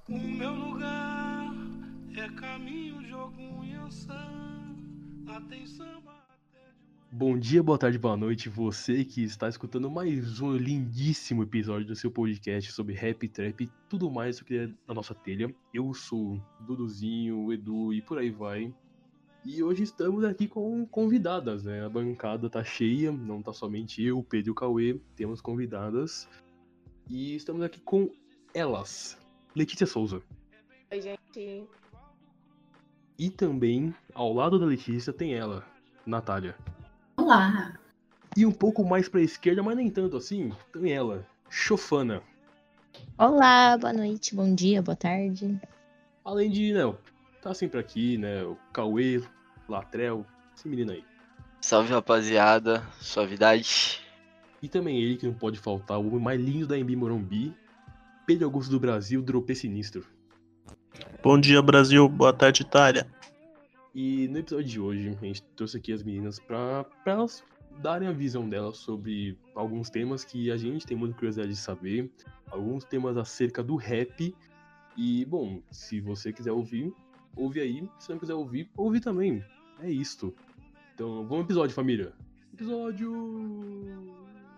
O meu lugar é caminho, jogo, Yansan, tem samba até de manhã. Bom dia, boa tarde, boa noite, você que está escutando mais um lindíssimo episódio do seu podcast sobre rap, trap e tudo mais que é da nossa telha. Eu sou o Duduzinho, o Edu e por aí vai. E hoje estamos aqui com convidadas, né? A bancada tá cheia, não tá somente eu, o Pedro e o Cauê, temos convidadas. E estamos aqui com elas, Letícia Souza. Oi, gente. E também, ao lado da Letícia, tem ela, Natália. Olá! E um pouco mais pra esquerda, mas nem tanto assim, tem ela, Chofana. Olá, boa noite, bom dia, boa tarde. Além de, né, tá sempre aqui, né, o Cauê, Latrell, esse menino aí. Salve, rapaziada, suavidade. E também ele que não pode faltar, o homem mais lindo da MB Morumbi, Pedro Augusto do Brasil, Dropê Sinistro. Bom dia, Brasil. Boa tarde, Itália. E no episódio de hoje, a gente trouxe aqui as meninas pra elas darem a visão delas sobre alguns temas que a gente tem muita curiosidade de saber, alguns temas acerca do rap. E, bom, se você quiser ouvir, ouve aí. Se não quiser ouvir, ouve também. É isto. Então, vamos ao episódio, família. Episódio!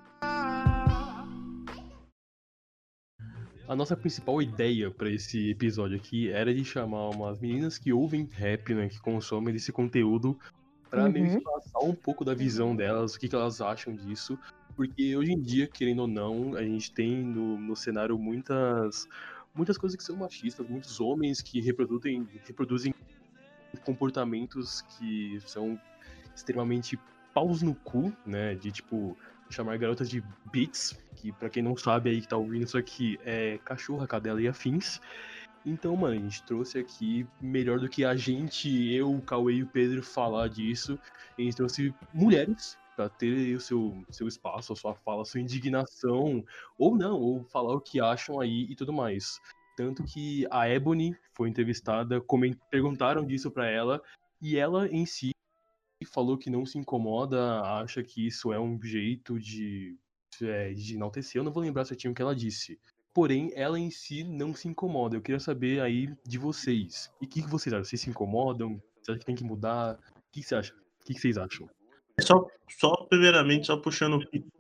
A nossa principal ideia pra esse episódio aqui era de chamar umas meninas que ouvem rap, né, que consomem esse conteúdo, pra meio que passar um pouco da visão delas, o que elas acham disso. Porque hoje em dia, querendo ou não, a gente tem no cenário muitas coisas que são machistas, muitos homens que reproduzem comportamentos que são extremamente paus no cu, né, de tipo chamar garotas de bitches, que pra quem não sabe aí que tá ouvindo isso aqui é cachorra, cadela e afins. Então, mano, a gente trouxe aqui, melhor do que a gente, eu, o Cauê e o Pedro falar disso, a gente trouxe mulheres pra ter o seu espaço, a sua fala, a sua indignação, ou não, ou falar o que acham aí e tudo mais. Tanto que a Ebony foi entrevistada, perguntaram disso pra ela, e ela em si falou que não se incomoda, acha que isso é um jeito de enaltecer. Eu não vou lembrar certinho o que ela disse. Porém, ela em si não se incomoda. Eu queria saber aí de vocês. E o que vocês acham? Vocês se incomodam? Você acha que tem que mudar? O que você acha? O que vocês acham? Só primeiramente, só puxando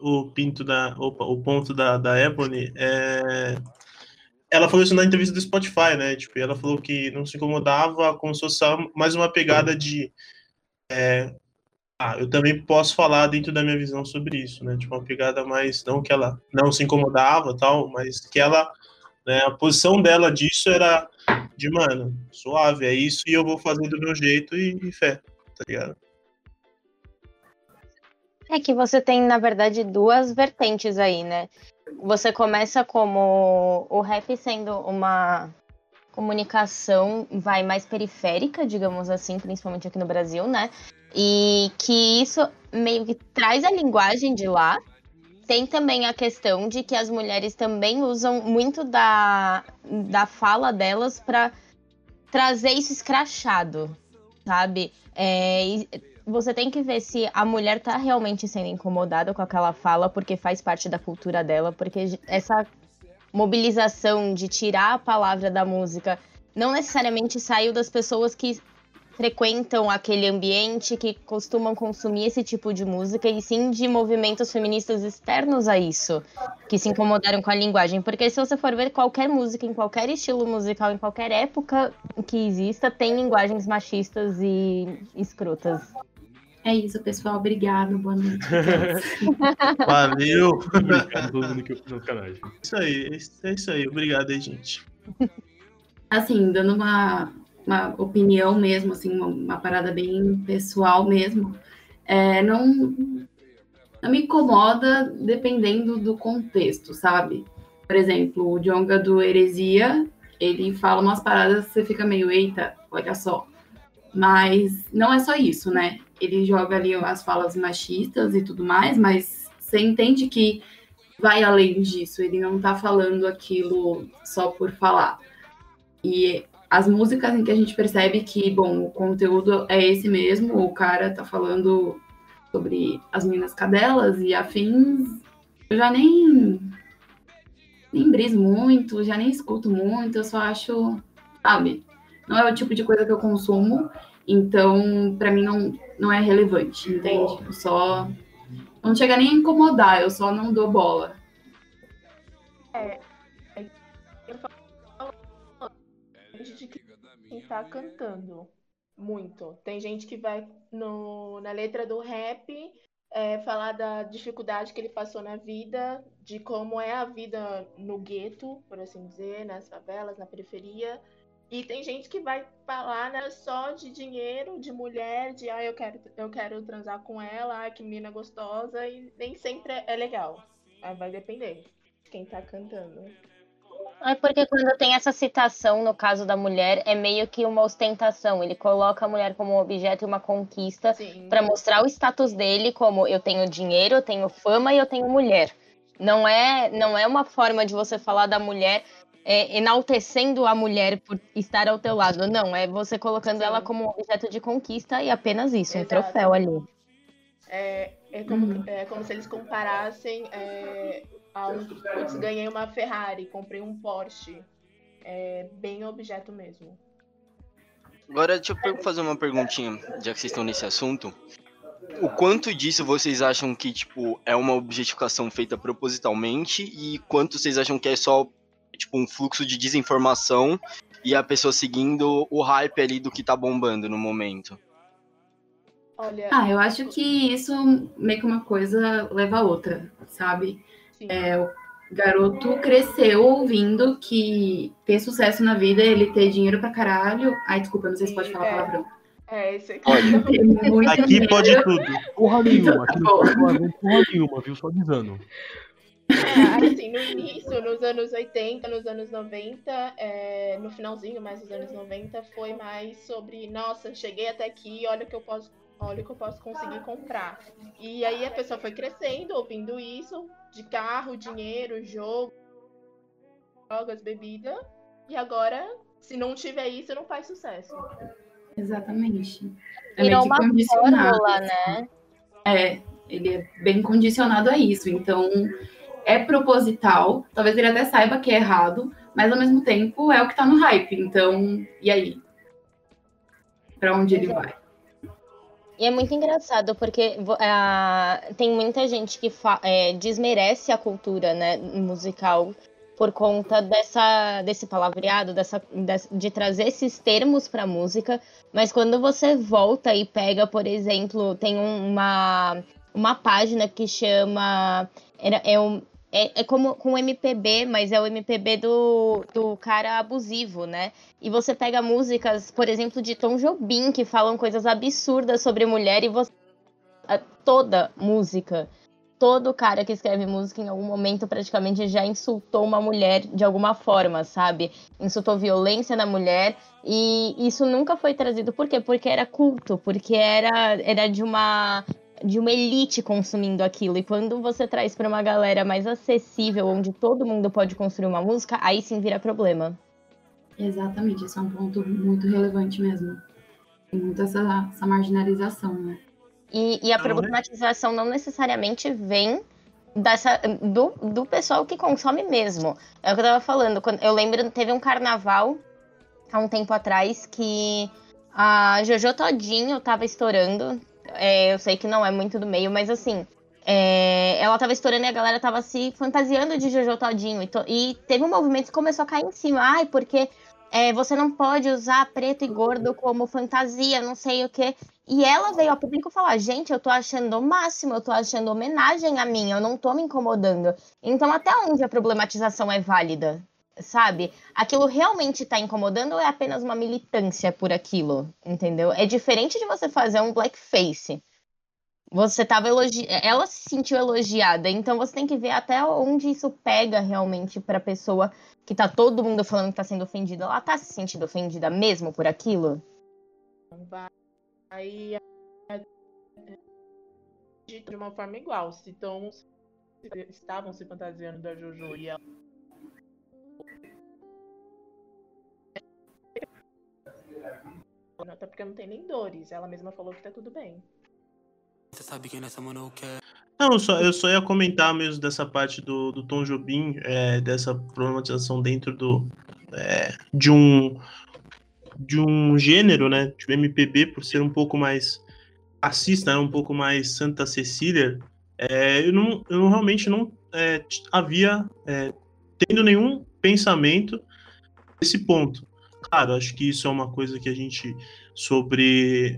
o ponto da Ebony, ela falou isso na entrevista do Spotify, né? Tipo, ela falou que não se incomodava, como se fosse mais uma pegada de eu também posso falar dentro da minha visão sobre isso, né? Tipo, uma pegada mais, não que ela não se incomodava, tal, mas que ela, né, a posição dela disso era de, mano, suave, é isso, e eu vou fazer do meu jeito e fé, tá ligado? É que você tem, na verdade, duas vertentes aí, né? Você começa como o rap sendo uma comunicação mais periférica, digamos assim, principalmente aqui no Brasil, né? E que isso meio que traz a linguagem de lá. Tem também a questão de que as mulheres também usam muito da fala delas para trazer isso escrachado, sabe? Você tem que ver se a mulher tá realmente sendo incomodada com aquela fala, porque faz parte da cultura dela, porque essa mobilização de tirar a palavra da música não necessariamente saiu das pessoas que frequentam aquele ambiente, que costumam consumir esse tipo de música, e sim de movimentos feministas externos a isso, que se incomodaram com a linguagem. Porque se você for ver qualquer música, em qualquer estilo musical, em qualquer época que exista, tem linguagens machistas e escrotas. É isso, pessoal. Obrigado. Boa noite. Valeu! Obrigado a todo mundo que ouviu no canal. É isso aí. Obrigado aí, gente. Assim, dando uma opinião mesmo, assim, uma parada bem pessoal mesmo, não me incomoda dependendo do contexto, sabe? Por exemplo, o Djonga do Heresia, ele fala umas paradas que você fica meio, eita, olha só. Mas não é só isso, né? Ele joga ali as falas machistas e tudo mais, mas você entende que vai além disso, ele não tá falando aquilo só por falar. E as músicas em que a gente percebe que, bom, o conteúdo é esse mesmo, o cara tá falando sobre as meninas cadelas e afins, eu já nem nem briso muito, já nem escuto muito, eu só acho, sabe, não é o tipo de coisa que eu consumo, então pra mim não é relevante, entende? Eu só não chega nem a incomodar, eu só não dou bola. Eu falo de quem tá cantando muito. Tem gente que vai na letra do rap falar da dificuldade que ele passou na vida, de como é a vida no gueto, por assim dizer, nas favelas, na periferia. E tem gente que vai falar, né, só de dinheiro, de mulher, de eu quero transar com ela, ai, que menina gostosa, e nem sempre é legal. Aí vai depender de quem tá cantando. É porque quando tem essa citação, no caso da mulher, é meio que uma ostentação. Ele coloca a mulher como um objeto e uma conquista Sim. para mostrar o status dele como eu tenho dinheiro, eu tenho fama e eu tenho mulher. Não é uma forma de você falar da mulher enaltecendo a mulher por estar ao teu lado. Não, é você colocando Sim. ela como um objeto de conquista e apenas isso, um Exato. troféu ali. É como se eles comparassem putz, ganhei uma Ferrari, comprei um Porsche. É bem objeto mesmo. Agora, deixa eu fazer uma perguntinha, já que vocês estão nesse assunto. O quanto disso vocês acham que, tipo, é uma objetificação feita propositalmente e quanto vocês acham que é só, tipo, um fluxo de desinformação e a pessoa seguindo o hype ali do que tá bombando no momento? Olha, Eu acho que isso meio que uma coisa leva a outra, sabe? sim. O garoto cresceu ouvindo que ter sucesso na vida é ele ter dinheiro pra caralho. Ai, desculpa, não sei se pode falar palavrão. Esse aqui. Pode. Ter muito Aqui dinheiro. pode tudo. Porra nenhuma, Tá aqui bom. não tá falando porra nenhuma, viu? Só avisando. Assim, no início, nos anos 80, nos anos 90, no finalzinho, mais dos anos 90, foi mais sobre, nossa, cheguei até aqui, olha o que eu posso conseguir comprar. E aí a pessoa foi crescendo, ouvindo isso, de carro, dinheiro, jogo, drogas, bebida, e agora, se não tiver isso, não faz sucesso. Exatamente. É Virou meio que uma condicionado. fórmula, né? Ele é bem condicionado a isso. Então, é proposital. Talvez ele até saiba que é errado, mas ao mesmo tempo é o que tá no hype. Então, e aí? Pra onde ele vai? E é muito engraçado, porque tem muita gente que desmerece a cultura, né, musical por conta desse palavreado, de trazer esses termos para música, mas quando você volta e pega, por exemplo, tem uma página que chama... É como com MPB, mas é o MPB do cara abusivo, né? E você pega músicas, por exemplo, de Tom Jobim, que falam coisas absurdas sobre mulher, e toda música, todo cara que escreve música em algum momento praticamente já insultou uma mulher de alguma forma, sabe? Insultou violência na mulher, e isso nunca foi trazido. Por quê? Porque era culto, porque era de uma elite consumindo aquilo. E quando você traz para uma galera mais acessível, onde todo mundo pode construir uma música, aí sim vira problema. Exatamente, esse é um ponto muito relevante mesmo. Tem muito essa marginalização, né? E a problematização não necessariamente vem do pessoal que consome mesmo. É o que eu tava falando. Eu lembro, teve um carnaval há um tempo atrás que a Jojo Todinho tava estourando. Eu sei que não é muito do meio, mas assim, ela tava estourando e a galera tava se fantasiando de Jojo Todinho. E teve um movimento que começou a cair em cima. Ai, porque você não pode usar preto e gordo como fantasia, não sei o quê. E ela veio ao público falar, gente, eu tô achando o máximo, eu tô achando homenagem a mim, eu não tô me incomodando. Então, até onde a problematização é válida, sabe? Aquilo realmente tá incomodando ou é apenas uma militância por aquilo, entendeu? É diferente de você fazer um blackface. Você tava ela se sentiu elogiada, então você tem que ver até onde isso pega realmente pra pessoa que tá todo mundo falando que tá sendo ofendida. Ela tá se sentindo ofendida mesmo por aquilo? Aí de uma forma igual. Se estavam se fantasiando da Jojo e ela até porque não tem nem dores. Ela mesma falou que tá tudo bem. Você sabe que nessa mano eu quero. Não, eu só ia comentar mesmo dessa parte do Tom Jobim, dessa problematização dentro de um gênero, né? Tipo, MPB, por ser um pouco mais racista, né, um pouco mais Santa Cecília, eu realmente não havia tendo nenhum pensamento nesse ponto. Claro, acho que isso é uma coisa que a gente, sobre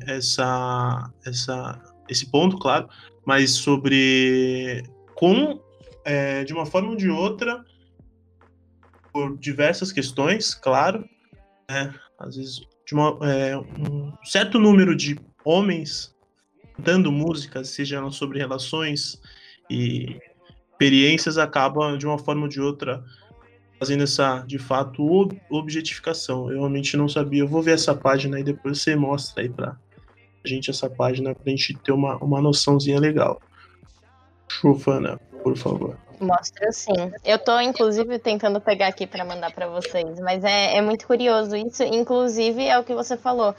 esse ponto, claro, mas sobre de uma forma ou de outra, por diversas questões, claro, às vezes um certo número de homens cantando músicas, seja sobre relações e experiências, acaba de uma forma ou de outra fazendo essa, de fato, objetificação. Eu realmente não sabia. Eu vou ver essa página e depois você mostra aí pra gente essa página pra gente ter uma noçãozinha legal. Chufana, por favor. Mostra sim. Eu tô, inclusive, tentando pegar aqui pra mandar pra vocês, mas é muito curioso isso. Inclusive, é o que você falou.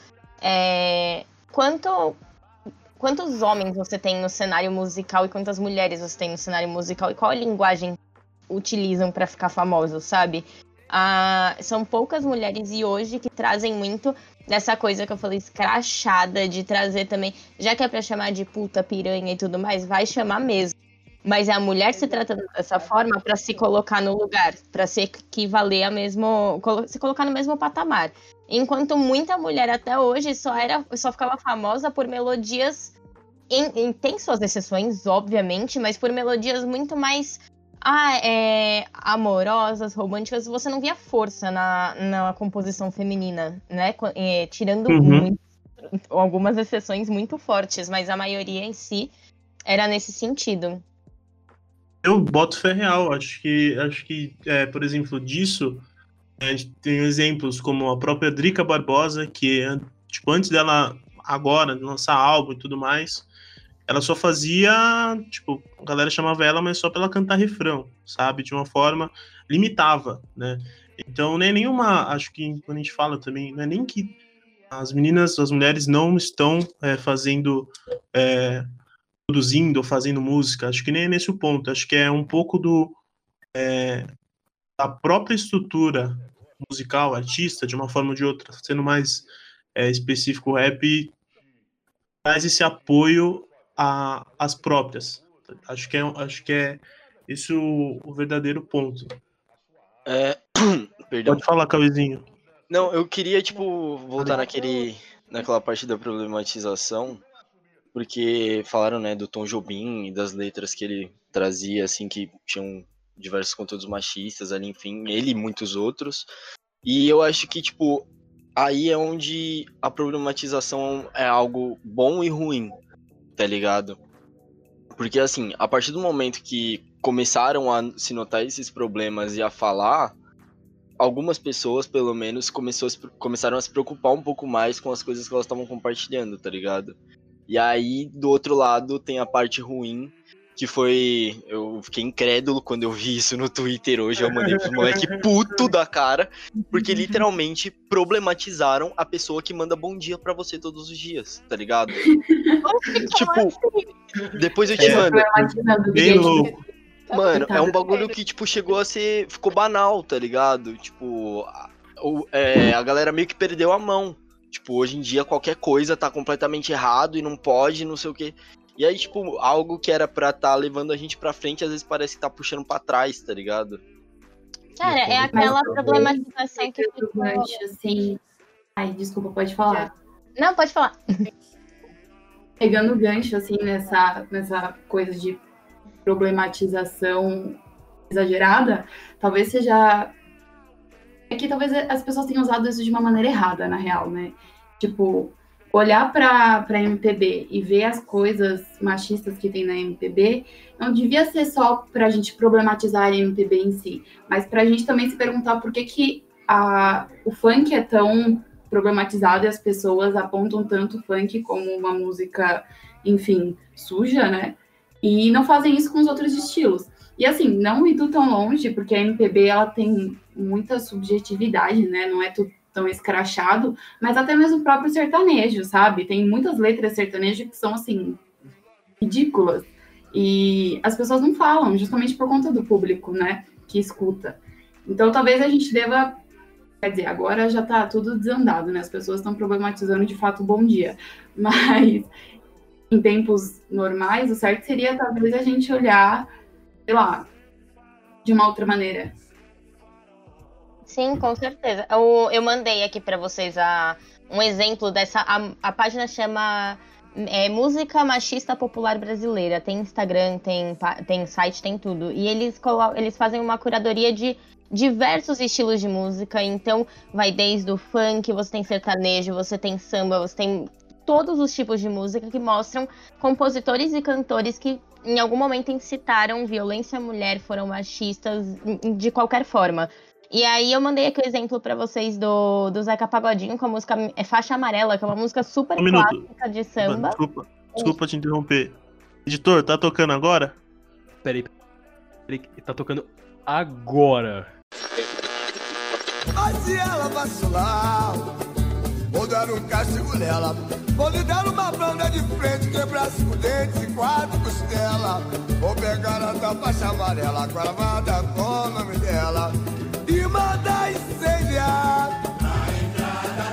Quantos homens você tem no cenário musical e quantas mulheres você tem no cenário musical? E qual a linguagem utilizam pra ficar famosos, sabe? São poucas mulheres e hoje que trazem muito dessa coisa que eu falei, escrachada, de trazer também, já que é pra chamar de puta, piranha e tudo mais, vai chamar mesmo. Mas é a mulher se tratando dessa forma pra se colocar no lugar, pra se equivaler se colocar no mesmo patamar. Enquanto muita mulher até hoje só ficava famosa por melodias, tem suas exceções, obviamente, mas por melodias muito mais amorosas, românticas. Você não via força na composição feminina, né? Tirando algumas exceções muito fortes, mas a maioria em si era nesse sentido. Eu boto fé real. Acho que por exemplo, disso, a gente tem exemplos como a própria Drica Barbosa, que tipo, antes dela agora lançar álbum e tudo mais, ela só fazia, tipo, a galera chamava ela, mas só pra ela cantar refrão, sabe? De uma forma, limitava, né? Então, nem nenhuma, acho que quando a gente fala também, não é nem que as mulheres não estão produzindo ou fazendo música, acho que nem é nesse o ponto, acho que é um pouco da própria estrutura musical, artista, de uma forma ou de outra, sendo mais específico, o rap traz esse apoio às próprias. Acho que é esse o verdadeiro ponto. Perdão. Pode falar, Cauizinho. Não, eu queria, tipo, voltar naquela parte da problematização, porque falaram, né, do Tom Jobim e das letras que ele trazia, assim, que tinham diversos conteúdos machistas ali, enfim, ele e muitos outros. E eu acho que, tipo, aí é onde a problematização é algo bom e ruim, tá ligado? Porque, assim, a partir do momento que começaram a se notar esses problemas e a falar, algumas pessoas, pelo menos, começaram a se preocupar um pouco mais com as coisas que elas estavam compartilhando, tá ligado? E aí, do outro lado, tem a parte ruim, que foi... Eu fiquei incrédulo quando eu vi isso no Twitter hoje, eu mandei pros moleque puto da cara, porque literalmente problematizaram a pessoa que manda bom dia pra você todos os dias, tá ligado? Tipo, depois eu te mando. Bem louco. Mano, é um bagulho que, tipo, chegou a ser... Ficou banal, tá ligado? Tipo, a galera meio que perdeu a mão. Tipo, hoje em dia qualquer coisa tá completamente errado e não pode, não sei o quê. E aí, tipo, algo que era pra tá levando a gente pra frente, às vezes parece que tá puxando pra trás, tá ligado? Cara, é aquela problematização que ficou... assim... Ai, desculpa, pode falar. Não, pode falar. Pegando o gancho, assim, nessa coisa de problematização exagerada, talvez seja... É que talvez as pessoas tenham usado isso de uma maneira errada, na real, né? Tipo, olhar pra MPB e ver as coisas machistas que tem na MPB não devia ser só pra gente problematizar a MPB em si, mas pra gente também se perguntar por que o funk é tão problematizado e as pessoas apontam tanto o funk como uma música, enfim, suja, né? E não fazem isso com os outros estilos. E assim, não indo tão longe, porque a MPB ela tem muita subjetividade, né? Não é tudo tão escrachado, mas até mesmo o próprio sertanejo, sabe? Tem muitas letras sertanejas que são, assim, ridículas. E as pessoas não falam, justamente por conta do público, né, que escuta. Então, talvez a gente deva... Quer dizer, agora já tá tudo desandado, né? As pessoas estão problematizando, de fato, o Bom Dia. Mas, em tempos normais, o certo seria, talvez, a gente olhar, sei lá, de uma outra maneira. Sim, com certeza. Eu mandei aqui para vocês um exemplo dessa. A página chama Música Machista Popular Brasileira. Tem Instagram, tem site, tem tudo. E eles fazem uma curadoria de diversos estilos de música. Então, vai desde o funk, você tem sertanejo, você tem samba, você tem todos os tipos de música que mostram compositores e cantores que em algum momento incitaram violência à mulher, foram machistas de qualquer forma. E aí eu mandei aqui o exemplo pra vocês do Zeca Pagodinho com a música Faixa Amarela, que é uma música super clássica de samba. Desculpa te interromper. Editor, tá tocando agora? Peraí, tá tocando agora. Mas se ela vacilar, vou dar um castigo nela. Vou lhe dar uma banda de frente, quebrar 5 dentes e 4 costelas. Vou pegar a da faixa amarela, gravada com o nome dela, e mandar incendiar na entrada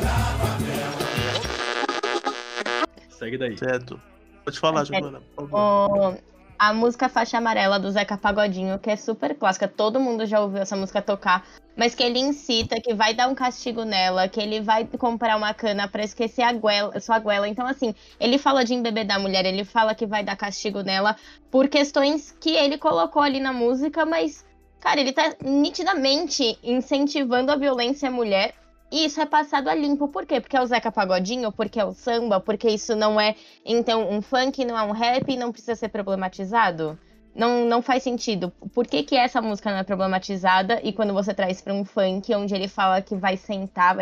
da favela. Segue daí. Certo. Pode falar, Giovana. A música Faixa Amarela do Zeca Pagodinho, que é super clássica, todo mundo já ouviu essa música tocar, mas que ele incita, que vai dar um castigo nela, que ele vai comprar uma cana pra esquecer sua goela. Então, assim, ele fala de embebedar a mulher, ele fala que vai dar castigo nela por questões que ele colocou ali na música, mas, cara, ele tá nitidamente incentivando a violência à mulher. E isso é passado a limpo. Por quê? Porque é o Zeca Pagodinho? Porque é o samba? Porque isso não é, então, um funk, não é um rap e não precisa ser problematizado? Não faz sentido. Por que essa música não é problematizada e quando você traz para um funk, onde ele fala que vai sentar,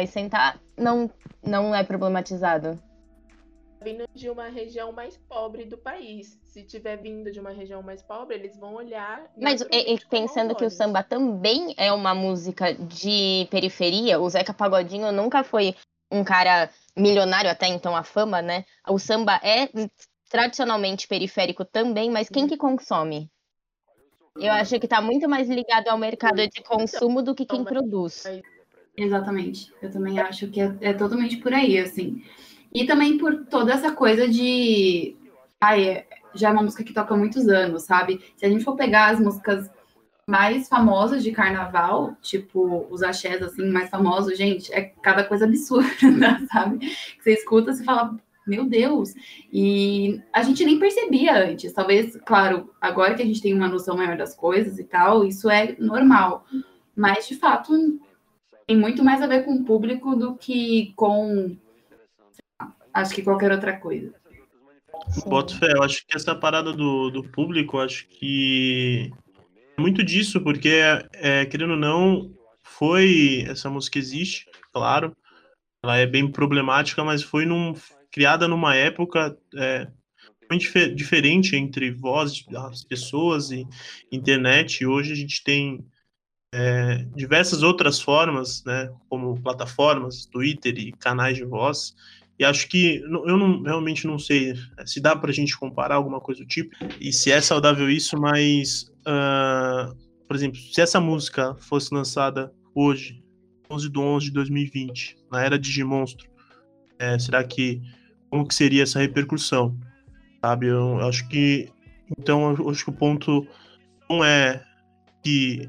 não é problematizado? Vindo de uma região mais pobre do país. Se tiver vindo de uma região mais pobre, eles vão olhar... Mas pensando que o samba também é uma música de periferia, o Zeca Pagodinho nunca foi um cara milionário, até então a fama, né? O samba é tradicionalmente periférico também, mas quem que consome? Eu acho que tá muito mais ligado ao mercado de consumo do que quem produz. Exatamente. Eu também acho que é totalmente por aí, assim. E também por toda essa coisa de... já é uma música que toca há muitos anos, sabe? Se a gente for pegar as músicas mais famosas de carnaval, tipo os axés, assim, mais famosos, gente, é cada coisa absurda, sabe? Que você escuta, você fala, meu Deus! E a gente nem percebia antes. Talvez, claro, agora que a gente tem uma noção maior das coisas e tal, isso é normal. Mas, de fato, tem muito mais a ver com o público do que com... acho que qualquer outra coisa. Boto fé, eu acho que essa parada do público, acho que é muito disso, porque, querendo ou não, essa música existe, claro, ela é bem problemática, mas foi criada numa época muito diferente entre voz das pessoas e internet, e hoje a gente tem diversas outras formas, né, como plataformas, Twitter e canais de voz. E acho que eu realmente não sei se dá pra gente comparar alguma coisa do tipo e se é saudável isso, mas, por exemplo, se essa música fosse lançada hoje, 11/11/2020, na era Digimonstro, como que seria essa repercussão, sabe? Eu acho que, então, eu acho que o ponto não é que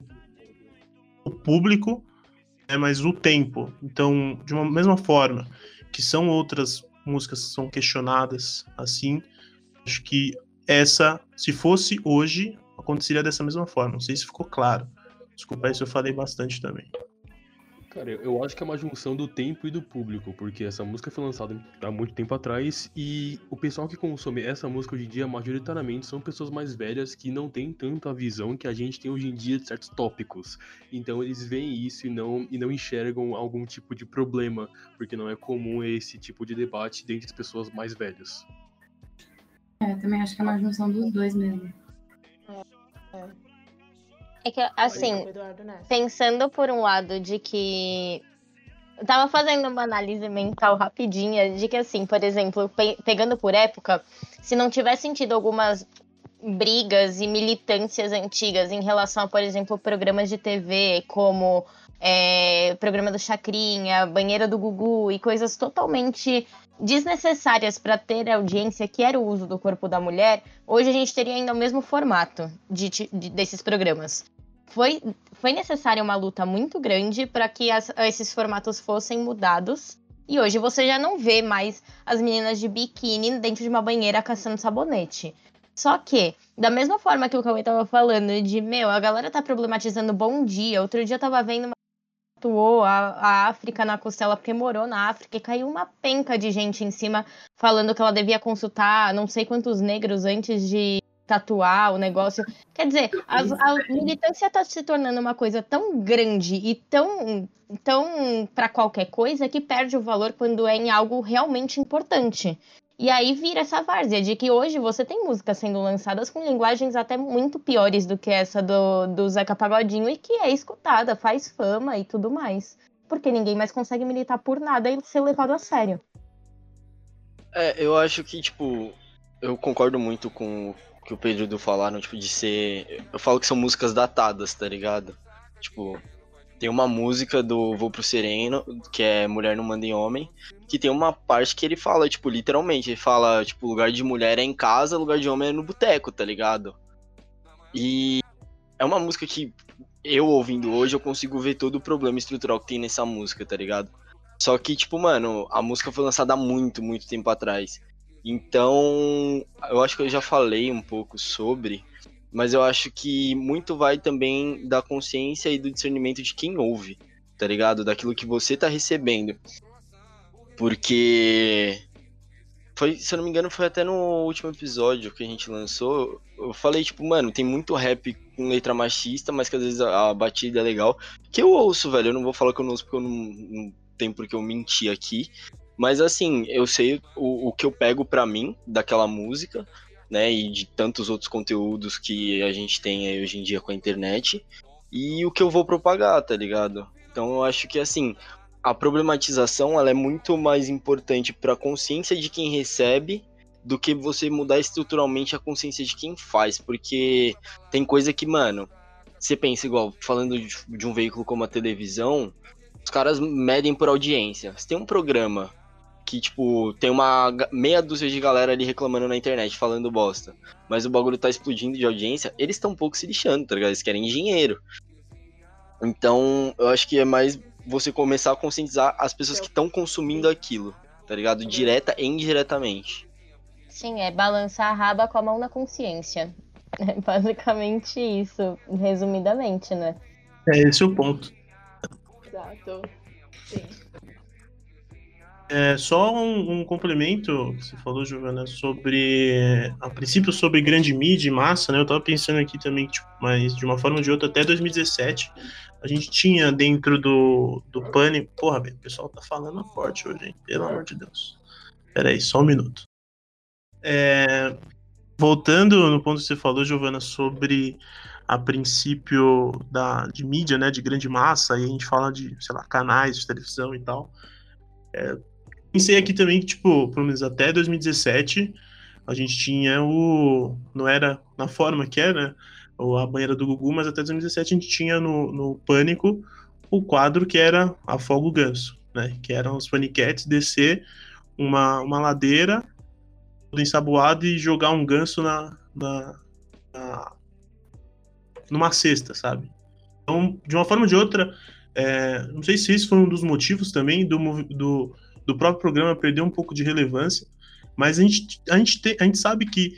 o público, mas o tempo. Então, de uma mesma forma que são outras músicas que são questionadas assim, acho que essa, se fosse hoje, aconteceria dessa mesma forma. Não sei se ficou claro. Desculpa aí se eu falei bastante também. Cara, eu acho que é uma junção do tempo e do público, porque essa música foi lançada há muito tempo atrás e o pessoal que consome essa música hoje em dia, majoritariamente, são pessoas mais velhas que não têm tanto a visão que a gente tem hoje em dia de certos tópicos. Então eles veem isso e não enxergam algum tipo de problema, porque não é comum esse tipo de debate dentre as pessoas mais velhas. Também acho que é uma junção dos dois mesmo. É que, assim, pensando por um lado de que... Eu tava fazendo uma análise mental rapidinha de que, assim, por exemplo, pegando por época, se não tivessem tido algumas brigas e militâncias antigas em relação a, por exemplo, programas de TV como programa do Chacrinha, Banheira do Gugu e coisas totalmente desnecessárias para ter audiência, que era o uso do corpo da mulher, hoje a gente teria ainda o mesmo formato desses programas. Foi necessária uma luta muito grande para que esses formatos fossem mudados. E hoje você já não vê mais as meninas de biquíni dentro de uma banheira caçando sabonete. Só que, da mesma forma que o Cauê tava falando, a galera tá problematizando Bom Dia. Outro dia eu tava vendo uma tatuou a África na costela porque morou na África e caiu uma penca de gente em cima falando que ela devia consultar não sei quantos negros antes de tatuar o negócio. Quer dizer, a militância tá se tornando uma coisa tão grande e tão para qualquer coisa que perde o valor quando é em algo realmente importante. E aí vira essa várzea de que hoje você tem músicas sendo lançadas com linguagens até muito piores do que essa do Zeca Pagodinho e que é escutada, faz fama e tudo mais. Porque ninguém mais consegue militar por nada e ser levado a sério. Eu acho que, tipo, eu concordo muito com o que o Pedro e o Edu falaram, tipo, de ser... Eu falo que são músicas datadas, tá ligado? Tipo, tem uma música do Vou Pro Sereno, que é Mulher Não Manda em Homem, que tem uma parte que ele fala, tipo, literalmente, ele fala, tipo, lugar de mulher é em casa, lugar de homem é no boteco, tá ligado? E é uma música que eu ouvindo hoje, eu consigo ver todo o problema estrutural que tem nessa música, tá ligado? Só que, tipo, mano, a música foi lançada há muito, muito tempo atrás. Então, eu acho que eu já falei um pouco sobre, mas eu acho que muito vai também da consciência e do discernimento de quem ouve, tá ligado? Daquilo que você tá recebendo. Porque, se eu não me engano, foi até no último episódio que a gente lançou, eu falei, tipo, mano, tem muito rap com letra machista, mas que às vezes a batida é legal. Que eu ouço, velho, eu não vou falar que eu não ouço porque eu não tenho por que eu mentir aqui. Mas assim, eu sei o que eu pego pra mim daquela música, né, e de tantos outros conteúdos que a gente tem aí hoje em dia com a internet, e o que eu vou propagar, tá ligado? Então eu acho que, assim, a problematização, ela é muito mais importante pra consciência de quem recebe do que você mudar estruturalmente a consciência de quem faz, porque tem coisa que, mano, você pensa igual, falando de um veículo como a televisão, os caras medem por audiência. Você tem um programa que, tipo, tem uma meia dúzia de galera ali reclamando na internet, falando bosta, mas o bagulho tá explodindo de audiência, eles estão um pouco se lixando, tá ligado? Eles querem dinheiro. Então, eu acho que é mais você começar a conscientizar as pessoas que estão consumindo aquilo, tá ligado? Direta e indiretamente. Sim, é balançar a raba com a mão na consciência. É basicamente isso, resumidamente, né? É esse o ponto. Exato. Sim. Só um complemento que você falou, Giovana, sobre, a princípio, sobre grande mídia e massa, né? Eu tava pensando aqui também, tipo, mas de uma forma ou de outra, até 2017, a gente tinha dentro do Pânico... Porra, velho, o pessoal tá falando forte hoje, hein? Pelo amor de Deus. Pera aí, só um minuto. Voltando no ponto que você falou, Giovana, sobre a princípio de mídia, né? De grande massa, aí a gente fala de, sei lá, canais de televisão e tal. Pensei aqui também que, tipo, pelo menos até 2017, a gente tinha não era na forma que era, a Banheira do Gugu, mas até 2017 a gente tinha no Pânico o quadro que era Afoga o Ganso, né? Que eram os paniquetes descer uma ladeira todo ensaboado e jogar um ganso numa cesta, sabe? Então, de uma forma ou de outra, não sei se isso foi um dos motivos também do próprio programa perder um pouco de relevância, mas a gente sabe que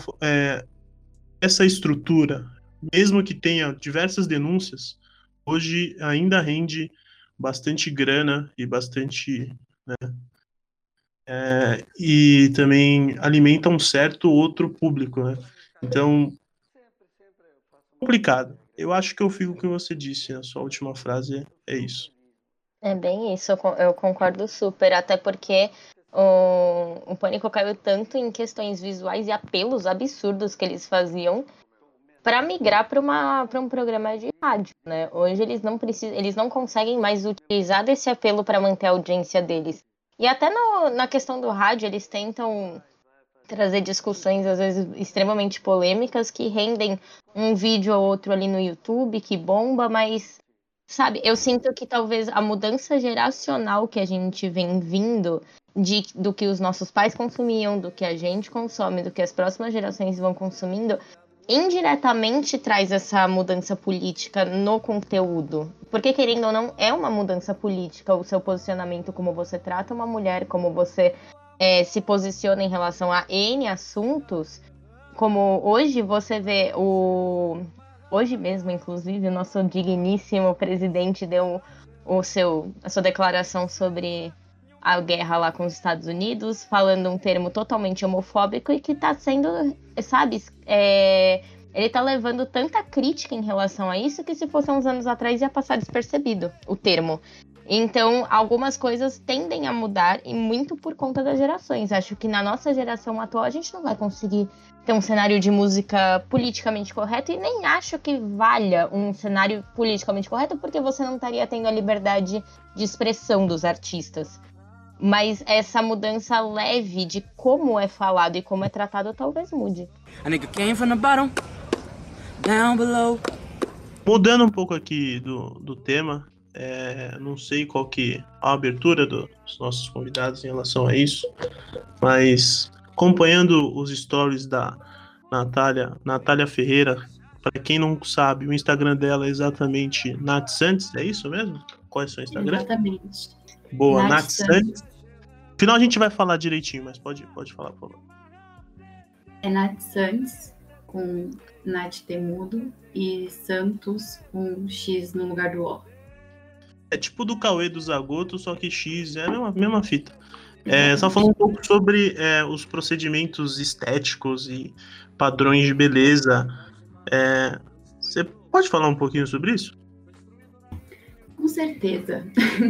essa estrutura, mesmo que tenha diversas denúncias, hoje ainda rende bastante grana e bastante, né, e também alimenta um certo outro público, né? Então, complicado. Eu acho que eu fico com o que você disse, a sua última frase é isso. É bem isso, eu concordo super, até porque o Pânico caiu tanto em questões visuais e apelos absurdos que eles faziam para migrar para um programa de rádio, né? Hoje eles não conseguem mais utilizar desse apelo para manter a audiência deles. E até na questão do rádio, eles tentam trazer discussões, às vezes, extremamente polêmicas, que rendem um vídeo ou outro ali no YouTube, que bomba, mas, sabe, eu sinto que talvez a mudança geracional que a gente vem vindo do que os nossos pais consumiam, do que a gente consome, do que as próximas gerações vão consumindo, indiretamente traz essa mudança política no conteúdo. Porque, querendo ou não, é uma mudança política o seu posicionamento, como você trata uma mulher, como você se posiciona em relação a N assuntos. Como hoje você vê hoje mesmo, inclusive, o nosso digníssimo presidente deu a sua declaração sobre a guerra lá com os Estados Unidos, falando um termo totalmente homofóbico e que tá sendo, sabe, ele tá levando tanta crítica em relação a isso que se fosse uns anos atrás ia passar despercebido o termo. Então, algumas coisas tendem a mudar e muito por conta das gerações. Acho que na nossa geração atual a gente não vai conseguir ter um cenário de música politicamente correto e nem acho que valha um cenário politicamente correto porque você não estaria tendo a liberdade de expressão dos artistas. Mas essa mudança leve de como é falado e como é tratado talvez mude. A nigga came from the bottom, down below. Mudando um pouco aqui do tema, não sei qual que é a abertura dos nossos convidados em relação a isso, mas acompanhando os stories da Natália Ferreira, para quem não sabe, o Instagram dela é exatamente Nath Santos, é isso mesmo? Qual é o seu Instagram? Exatamente. Boa, Nath Santos. No final a gente vai falar direitinho, mas pode falar, por favor. É Nath Santos, com Nath temudo, e Santos com X no lugar do O. É tipo do Cauê do Zagoto, só que X é a mesma fita. Só falando um pouco sobre os procedimentos estéticos e padrões de beleza. Você pode falar um pouquinho sobre isso? Com certeza.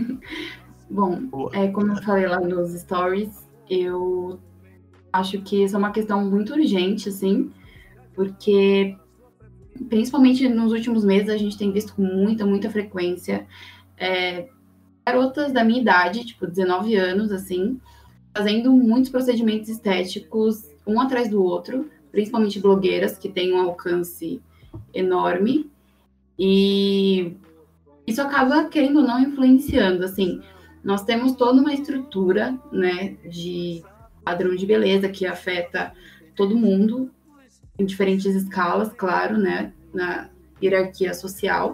Bom, como eu falei lá nos stories, eu acho que isso é uma questão muito urgente, assim, porque principalmente nos últimos meses a gente tem visto com muita frequência garotas da minha idade, tipo 19 anos, assim, fazendo muitos procedimentos estéticos um atrás do outro, principalmente blogueiras que têm um alcance enorme, e isso acaba, querendo ou não, influenciando, assim. Nós temos toda uma estrutura, né, de padrão de beleza que afeta todo mundo, em diferentes escalas, claro, né, na hierarquia social,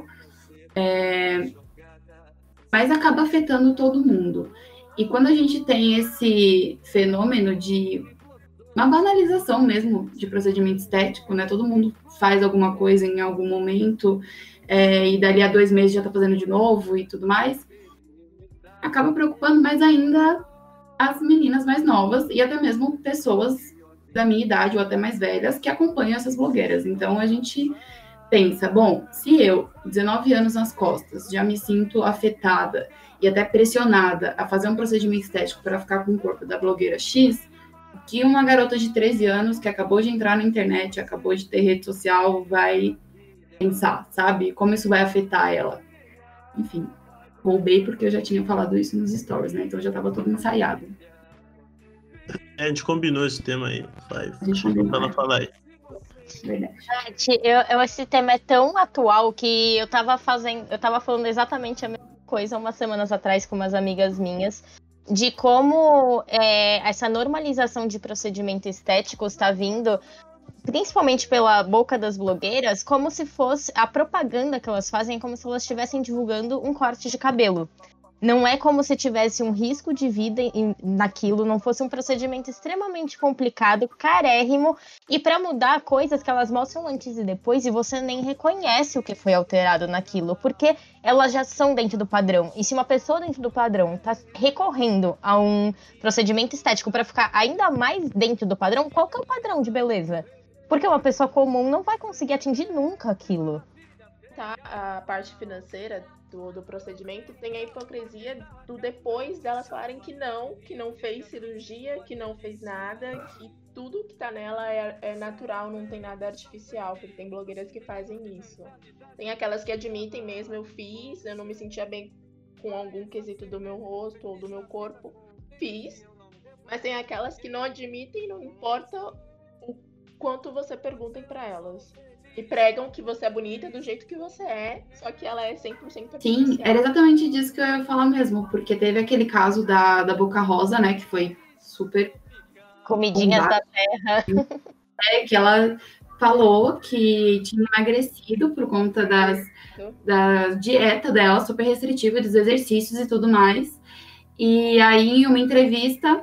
mas acaba afetando todo mundo. E quando a gente tem esse fenômeno de uma banalização mesmo de procedimento estético, né, todo mundo faz alguma coisa em algum momento, e dali a 2 meses já tá fazendo de novo e tudo mais, acaba preocupando mais ainda as meninas mais novas e até mesmo pessoas da minha idade ou até mais velhas que acompanham essas blogueiras. Então a gente pensa, bom, se eu, 19 anos nas costas, já me sinto afetada e até pressionada a fazer um procedimento estético para ficar com o corpo da blogueira X, o que uma garota de 13 anos que acabou de entrar na internet, acabou de ter rede social, vai pensar, sabe? Como isso vai afetar ela? Enfim, roubei porque eu já tinha falado isso nos stories, né? Então já estava tudo ensaiado. A gente combinou esse tema aí. Deixa eu ela falar aí. Verdade. Esse tema é tão atual que eu tava falando exatamente a mesma coisa umas semanas atrás com umas amigas minhas, de como essa normalização de procedimento estético está vindo, principalmente pela boca das blogueiras, como se fosse a propaganda que elas fazem, como se elas estivessem divulgando um corte de cabelo. Não é como se tivesse um risco de vida naquilo, não fosse um procedimento extremamente complicado, carérrimo, e para mudar coisas que elas mostram antes e depois, e você nem reconhece o que foi alterado naquilo, porque elas já são dentro do padrão. E se uma pessoa dentro do padrão está recorrendo a um procedimento estético para ficar ainda mais dentro do padrão, qual que é o padrão de beleza? Porque uma pessoa comum não vai conseguir atingir nunca aquilo. Tá, a parte financeira do procedimento tem a hipocrisia do depois delas falarem que não fez cirurgia, que não fez nada, que tudo que tá nela é natural, não tem nada artificial, porque tem blogueiras que fazem isso. Tem aquelas que admitem mesmo, eu fiz, eu não me sentia bem com algum quesito do meu rosto ou do meu corpo, fiz, Mas tem aquelas que não admitem, não importa o quanto você perguntem pra elas. E pregam que você é bonita do jeito que você é, só que ela é 100% artificial. Sim, era exatamente disso que eu ia falar mesmo, porque teve aquele caso da Boca Rosa, né, que foi super... Comidinhas da terra. Que ela falou que tinha emagrecido por conta da dieta dela, super restritiva, dos exercícios e tudo mais. E aí, em uma entrevista,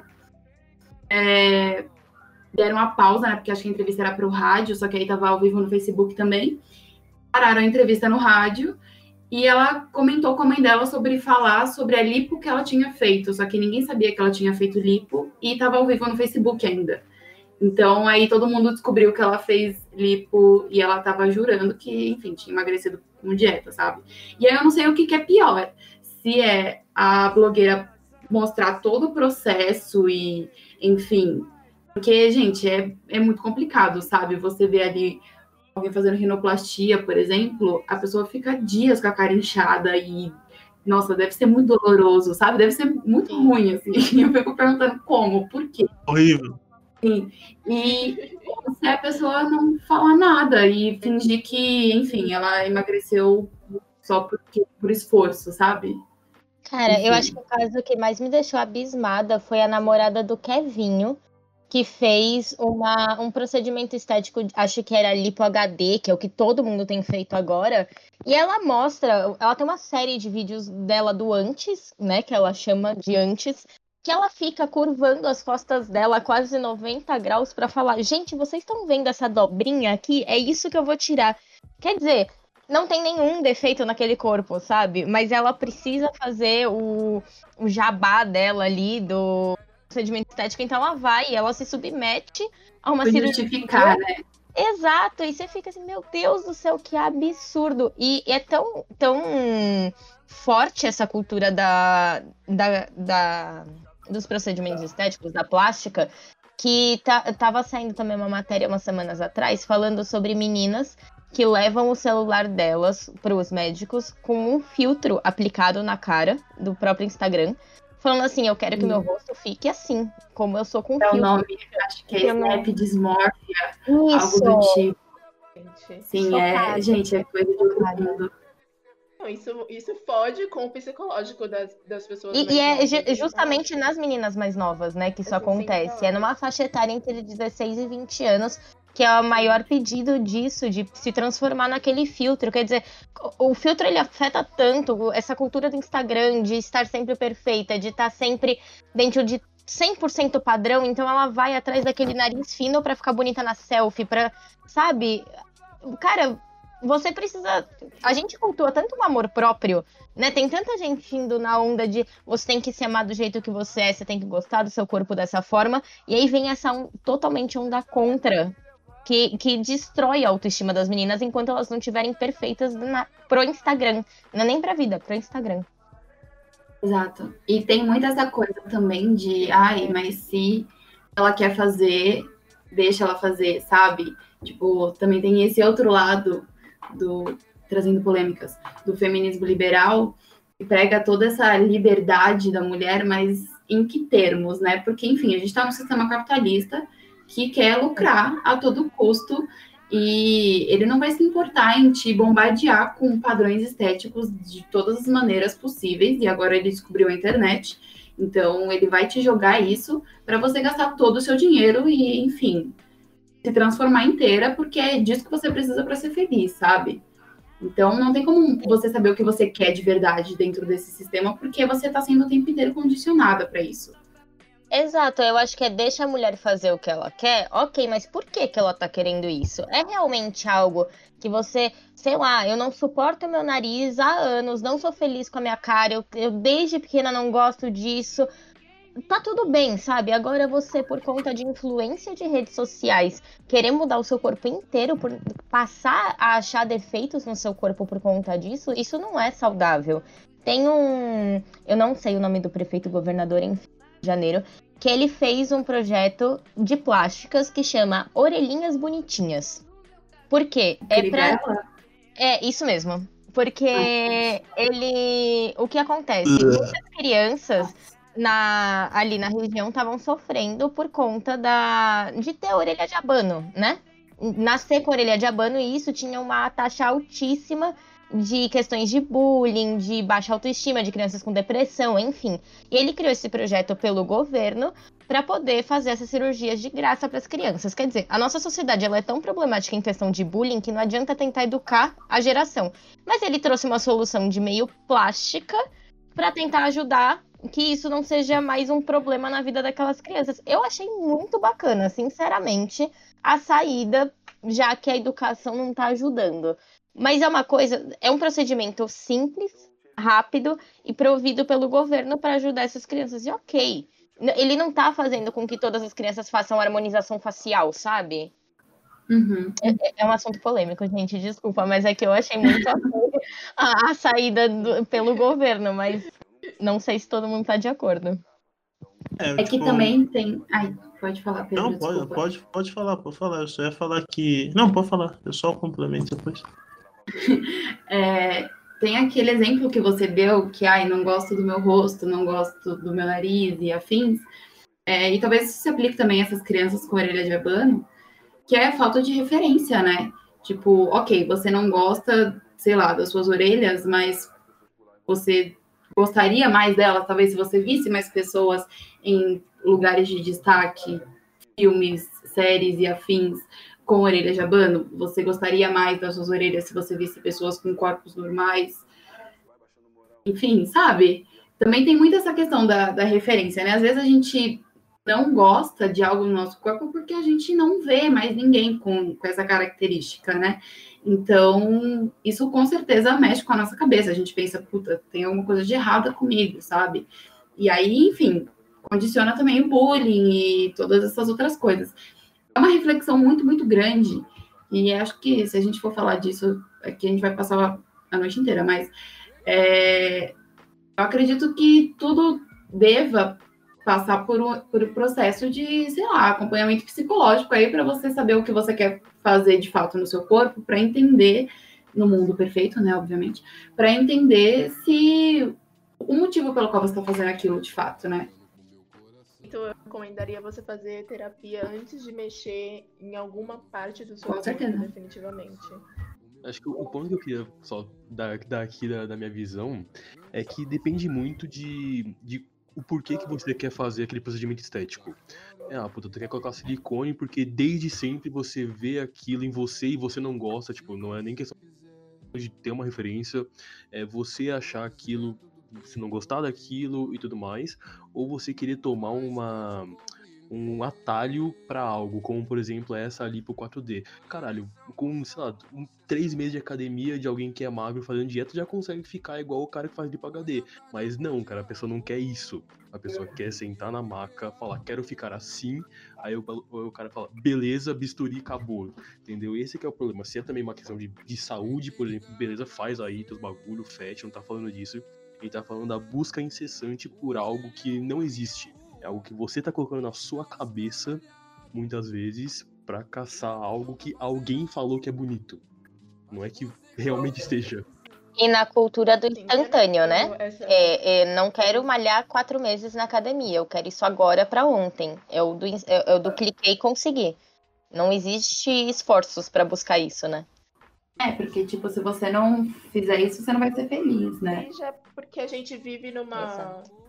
deram uma pausa, né? Porque acho que a entrevista era para o rádio, só que aí tava ao vivo no Facebook também. Pararam a entrevista no rádio e ela comentou com a mãe dela sobre falar sobre a lipo que ela tinha feito, só que ninguém sabia que ela tinha feito lipo e tava ao vivo no Facebook ainda. Então, aí todo mundo descobriu que ela fez lipo e ela tava jurando que, enfim, tinha emagrecido com dieta, sabe? E aí eu não sei o que é pior. Se é a blogueira mostrar todo o processo e, enfim... Porque, gente, é muito complicado, sabe? Você vê ali alguém fazendo rinoplastia, por exemplo, a pessoa fica dias com a cara inchada e... Nossa, deve ser muito doloroso, sabe? Deve ser muito ruim, assim. Eu fico perguntando como, por quê? Horrível. Sim. E se a pessoa não fala nada e fingir que, enfim, ela emagreceu só por esforço, sabe? Cara, eu acho que o caso que mais me deixou abismada foi a namorada do Kevinho, que fez um procedimento estético, acho que era lipo HD, que é o que todo mundo tem feito agora. E ela tem uma série de vídeos dela do antes, né, que ela chama de antes, que ela fica curvando as costas dela quase 90 graus pra falar, gente, vocês estão vendo essa dobrinha aqui? É isso que eu vou tirar. Quer dizer, não tem nenhum defeito naquele corpo, sabe? Mas ela precisa fazer o jabá dela ali do procedimento estético, então ela vai e ela se submete a uma cirurgia. Justificar, né? Exato, e você fica assim, meu Deus do céu, que absurdo. E é tão forte essa cultura dos procedimentos estéticos, da plástica, que tava saindo também uma matéria umas semanas atrás falando sobre meninas que levam o celular delas para os médicos com um filtro aplicado na cara do próprio Instagram, falando assim, eu quero que meu rosto fique assim, como eu sou com filtro. É o nome, acho que é Snap Dysmorphia, algo do tipo. Sim, Chocada. Gente, é coisa de outro mundo. Não, isso fode com o psicológico das pessoas. E é justamente nas meninas mais novas, né, que isso acontece. É numa faixa etária entre 16 e 20 anos, que é o maior pedido disso, de se transformar naquele filtro. Quer dizer, o filtro, ele afeta tanto essa cultura do Instagram, de estar sempre perfeita, de estar sempre dentro de 100% padrão, então ela vai atrás daquele nariz fino pra ficar bonita na selfie, sabe? Cara, você precisa... A gente cultua tanto o amor próprio, né? Tem tanta gente indo na onda de você tem que se amar do jeito que você é, você tem que gostar do seu corpo dessa forma, e aí vem essa totalmente onda contra, que destrói a autoestima das meninas enquanto elas não estiverem perfeitas pro Instagram. Não é nem pra vida, pro Instagram. Exato. E tem muita essa coisa também de, mas se ela quer fazer, deixa ela fazer, sabe? Tipo, também tem esse outro lado trazendo polêmicas, do feminismo liberal, que prega toda essa liberdade da mulher, mas em que termos, né? Porque, enfim, a gente tá num sistema capitalista que quer lucrar a todo custo e ele não vai se importar em te bombardear com padrões estéticos de todas as maneiras possíveis, e agora ele descobriu a internet, então ele vai te jogar isso para você gastar todo o seu dinheiro e, enfim, se transformar inteira, porque é disso que você precisa para ser feliz, sabe? Então não tem como você saber o que você quer de verdade dentro desse sistema, porque você tá sendo o tempo inteiro condicionada para isso. Exato, eu acho que deixa a mulher fazer o que ela quer, ok, mas por que ela tá querendo isso? É realmente algo que você, sei lá, eu não suporto meu nariz há anos, não sou feliz com a minha cara, eu desde pequena não gosto disso, tá tudo bem, sabe? Agora você, por conta de influência de redes sociais, querer mudar o seu corpo inteiro, por passar a achar defeitos no seu corpo por conta disso, isso não é saudável. Tem eu não sei o nome do prefeito governador em Janeiro, que ele fez um projeto de plásticas que chama Orelhinhas Bonitinhas. Por quê? É isso mesmo. Porque o que acontece? Muitas crianças ali na região estavam sofrendo por conta de ter orelha de abano, né? Nascer com orelha de abano, e isso tinha uma taxa altíssima de questões de bullying, de baixa autoestima, de crianças com depressão, enfim. E ele criou esse projeto pelo governo para poder fazer essas cirurgias de graça para as crianças. Quer dizer, a nossa sociedade ela é tão problemática em questão de bullying que não adianta tentar educar a geração. Mas ele trouxe uma solução de meio plástica para tentar ajudar que isso não seja mais um problema na vida daquelas crianças. Eu achei muito bacana, sinceramente, a saída, já que a educação não está ajudando. Mas é um procedimento simples, rápido e provido pelo governo para ajudar essas crianças. E ok, ele não tá fazendo com que todas as crianças façam harmonização facial, sabe? Uhum. É um assunto polêmico, gente, desculpa, mas é que eu achei muito a saída pelo governo, mas não sei se todo mundo tá de acordo. É que também tem... Ai, pode falar, Pedro, não, pode falar, pode falar. Eu só ia falar que... Não, pode falar, eu só complemento depois. Tem aquele exemplo que você deu, que não gosto do meu rosto, não gosto do meu nariz e afins, e talvez isso se aplique também a essas crianças com orelha de abano, que é a falta de referência, né? Tipo, ok, você não gosta, sei lá, das suas orelhas, mas você gostaria mais delas, talvez se você visse mais pessoas em lugares de destaque, filmes, séries e afins, com orelha de abano, você gostaria mais das suas orelhas se você visse pessoas com corpos normais? Enfim, sabe? Também tem muito essa questão da referência, né? Às vezes a gente não gosta de algo no nosso corpo porque a gente não vê mais ninguém com essa característica, né? Então, isso com certeza mexe com a nossa cabeça. A gente pensa, puta, tem alguma coisa de errada comigo, sabe? E aí, enfim, condiciona também o bullying e todas essas outras coisas. É uma reflexão muito, muito grande, e acho que se a gente for falar disso, aqui a gente vai passar a noite inteira, mas eu acredito que tudo deva passar por um processo de, sei lá, acompanhamento psicológico aí para você saber o que você quer fazer de fato no seu corpo, para entender, no mundo perfeito, né, obviamente, para entender se o motivo pelo qual você está fazendo aquilo de fato, né? Então, eu recomendaria você fazer terapia antes de mexer em alguma parte do seu corpo, definitivamente. Acho que o ponto que eu queria só dar aqui da minha visão é que depende muito de o porquê que você quer fazer aquele procedimento estético. Puta, tu quer colocar silicone porque desde sempre você vê aquilo em você e você não gosta, tipo, não é nem questão de ter uma referência, é você achar aquilo, se não gostar daquilo e tudo mais, ou você querer tomar um atalho pra algo, como por exemplo essa lipo 4D. Caralho, com, sei lá, 3 meses de academia de alguém que é magro fazendo dieta já consegue ficar igual o cara que faz lipo HD. Mas não, cara, a pessoa não quer isso. A pessoa quer sentar na maca, falar, quero ficar assim, aí o cara fala, beleza, bisturi, acabou. Entendeu? Esse que é o problema. Se é também uma questão de saúde, por exemplo, beleza, faz aí teus bagulho, fat, não tá falando disso. Ele tá falando da busca incessante por algo que não existe. É algo que você tá colocando na sua cabeça, muitas vezes, pra caçar algo que alguém falou que é bonito. Não é que realmente esteja. E na cultura do instantâneo, né? Não quero malhar 4 meses na academia, eu quero isso agora pra ontem. É o do cliquei e consegui. Não existe esforços pra buscar isso, né? Porque, tipo, se você não fizer isso, você não vai ser feliz, né? Já porque a gente vive numa... Exato.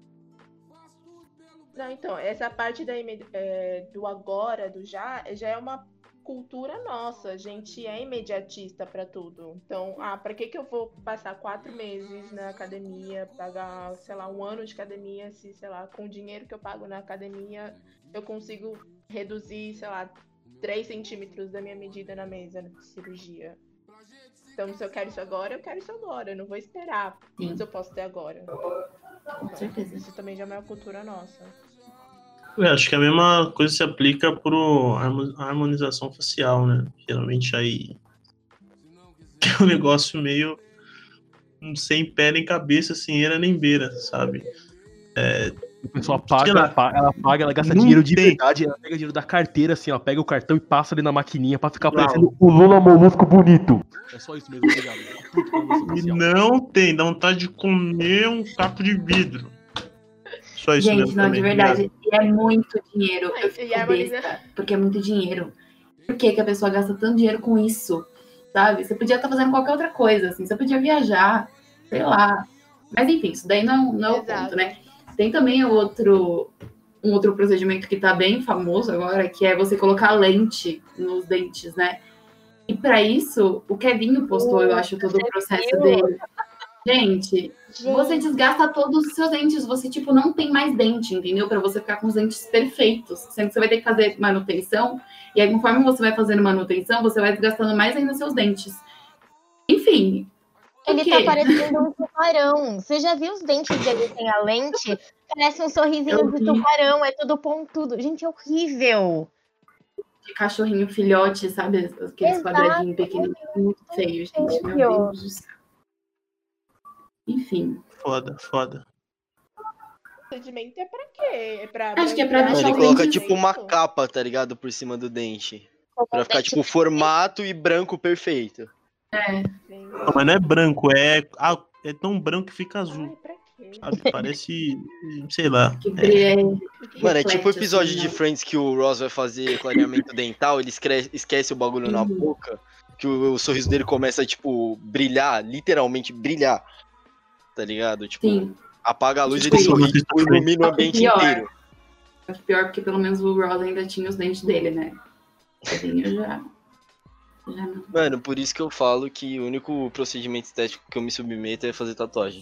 Não, então, essa parte do agora, do já é uma cultura nossa. A gente é imediatista para tudo. Então, para que eu vou passar 4 meses na academia, pagar, sei lá, 1 ano de academia, se, sei lá, com o dinheiro que eu pago na academia, eu consigo reduzir, sei lá, 3 centímetros da minha medida na mesa de cirurgia. Então, se eu quero isso agora, eu quero isso agora. Eu não vou esperar se eu posso ter agora. Com certeza. Isso também já é uma cultura nossa. Acho que a mesma coisa se aplica para a harmonização facial, né? Geralmente aí é um negócio meio sem pé nem cabeça, sem eira nem beira, sabe? A pessoa ela gasta dinheiro de verdade, ela pega dinheiro da carteira, assim, ó, pega o cartão e passa ali na maquininha pra ficar parecendo o Lula Molusco bonito. É só isso mesmo, obrigado. E não tem, dá vontade de comer um capo de vidro. Só isso Gente, mesmo não, também. de verdade. E é muito dinheiro. Ai, Eu e fico harmoniza- besta, porque é muito dinheiro. Por que que a pessoa gasta tanto dinheiro com isso? Sabe? Você podia estar fazendo qualquer outra coisa, assim. Você podia viajar, sei lá. Mas enfim, isso daí não é o Exato. ponto, né? Tem também um outro procedimento que tá bem famoso agora, que é você colocar lente nos dentes, né? E pra isso, o Kevinho postou, eu acho, todo o processo viu? dele. Gente, você Gente, desgasta todos os seus dentes, você, tipo, não tem mais dente, entendeu? Pra você ficar com os dentes perfeitos. Sendo que você vai ter que fazer manutenção, e aí, conforme você vai fazendo manutenção, você vai desgastando mais ainda seus dentes. Enfim. por ele quê? tá parecendo um tubarão. Você já viu os dentes dele sem a lente? Parece um sorrisinho Eu de vi. tubarão, é tudo pontudo. Gente, é horrível. De cachorrinho filhote, sabe? Aqueles Exato. quadradinhos pequenininhos. Muito feio, gente. Meu Feio. Deus do céu. Enfim. Foda. O procedimento é pra quê? É pra Acho que é pra branquear deixar Ele os o coloca dentes- tipo uma dente? capa, tá ligado? Por cima do dente. Pra ficar Dente tipo formato e branco perfeito. Gente, Não, mas não é branco, é tão branco que fica azul. ai, pra quê? Sabe? Parece, sei lá. Que brilha. Mano, é tipo o reflete, episódio assim, de né? Friends que o Ross vai fazer clareamento dental, ele esquece o bagulho na Uhum. boca, que o sorriso dele começa a, tipo, brilhar, literalmente brilhar, tá ligado? Tipo, Sim. apaga a luz e Tipo, ele sorri, assista tipo, Friends. ilumina o ambiente Pior. inteiro. Acho pior porque pelo menos o Ross ainda tinha os dentes dele, né? O Kevinho já não. Mano, por isso que eu falo que o único procedimento estético que eu me submeto é fazer tatuagem.